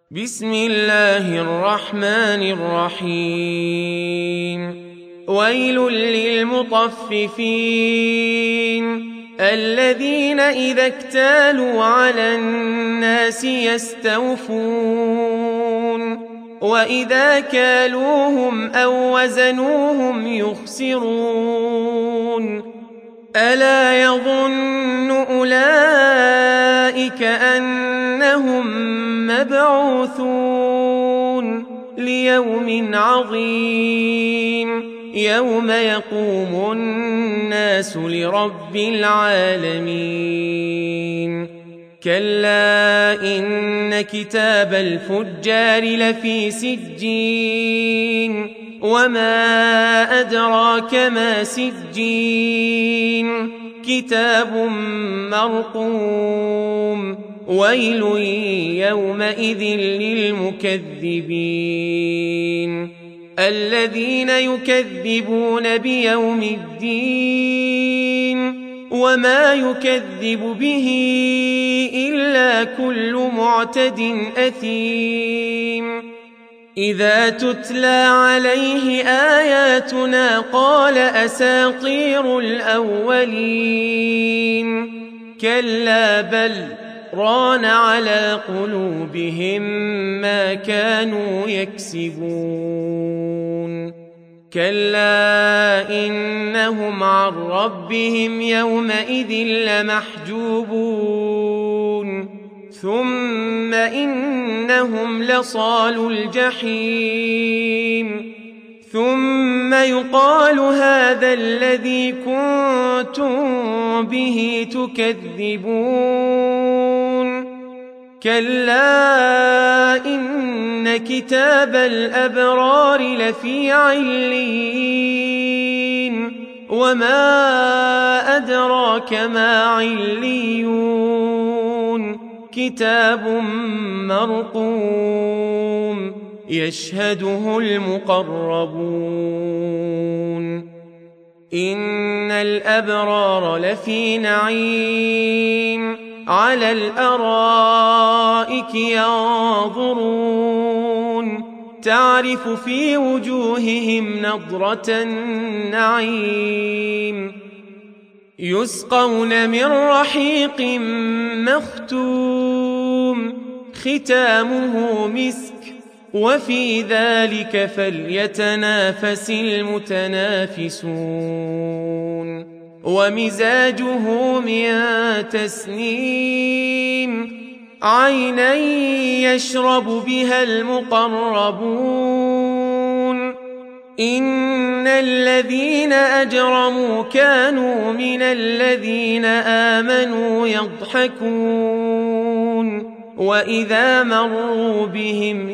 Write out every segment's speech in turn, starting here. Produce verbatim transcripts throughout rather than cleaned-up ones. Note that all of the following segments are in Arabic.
بسم الله الرحمن الرحيم ويل للمطففين الذين إذا اكتالوا على الناس يستوفون وإذا كالوهم أو وزنوهم يخسرون ألا يظن أولئك أنهم مبعوثون ليوم عظيم يوم يقوم الناس لرب العالمين كلا إن كتاب الفجار لفي سجين وما أدراك ما سجين كتاب مرقوم ويل يومئذ للمكذبين الذين يكذبون بيوم الدين وما يكذب به إلا كل معتد أثيم إذا تتلى عليه آياتنا قال أساطير الأولين كلا بل ران على قلوبهم ما كانوا يكسبون كلا إنهم عن ربهم يومئذ لمحجوبون ثم إنهم لصالو الجحيم ثم يقال هذا الذي كنتم به تكذبون كلا إن كتاب الأبرار لفي عليين وما أدراك ما عليون كتاب مرقوم يشهده المقربون إن الأبرار لفي نعيم على الأرائك ينظرون تعرف في وجوههم نضرة النعيم يسقون من رحيق مختوم ختامه مسك وفي ذلك فليتنافس المتنافسون ومزاجه من تسنيم عينا يشرب بها المقربون إن الذين أجرموا كانوا من الذين آمنوا يضحكون وإذا مروا بهم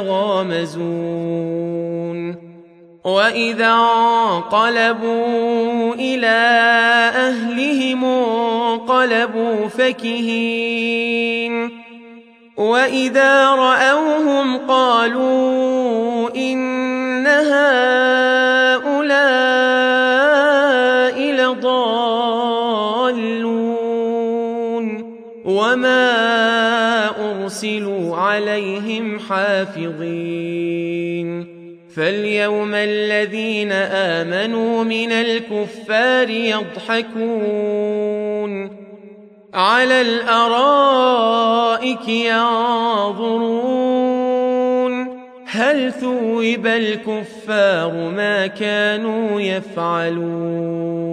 يتغامزون وإذا انقلبوا إلى أهلهم انقلبوا فكهين وإذا رأوهم قالوا إن هؤلاء لضالون وما أرسلوا عليهم حافظين فاليوم الذين آمنوا من الكفار يضحكون على الأرائك ينظرون هل ثوب الكفار ما كانوا يفعلون